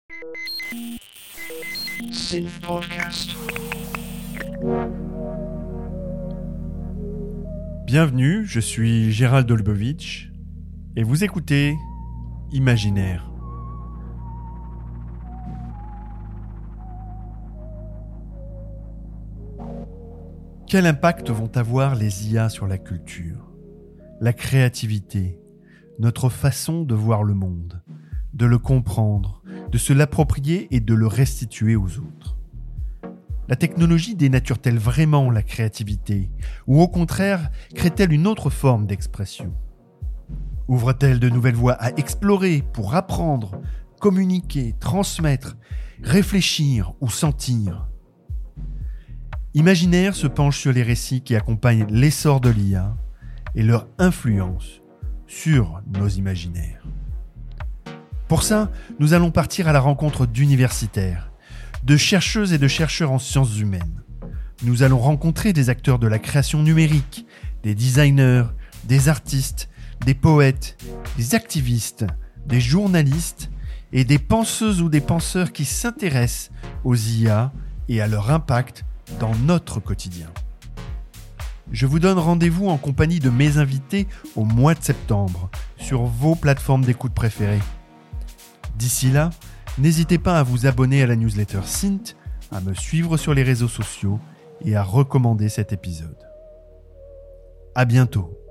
Bienvenue, je suis Gérald Dolbovitch et vous écoutez Imaginaire. Quel impact vont avoir les IA sur la culture, la créativité, notre façon de voir le monde, de le comprendre, de se l'approprier et de le restituer aux autres? La technologie dénature-t-elle vraiment la créativité ou au contraire crée-t-elle une autre forme d'expression? Ouvre-t-elle de nouvelles voies à explorer pour apprendre, communiquer, transmettre, réfléchir ou sentir? Imaginaire se penche sur les récits qui accompagnent l'essor de l'IA et leur influence sur nos imaginaires. Pour ça, nous allons partir à la rencontre d'universitaires, de chercheuses et de chercheurs en sciences humaines. Nous allons rencontrer des acteurs de la création numérique, des designers, des artistes, des poètes, des activistes, des journalistes et des penseuses ou des penseurs qui s'intéressent aux IA et à leur impact dans notre quotidien. Je vous donne rendez-vous en compagnie de mes invités au mois de septembre sur vos plateformes d'écoute préférées. D'ici là, n'hésitez pas à vous abonner à la newsletter Synth, à me suivre sur les réseaux sociaux et à recommander cet épisode. À bientôt.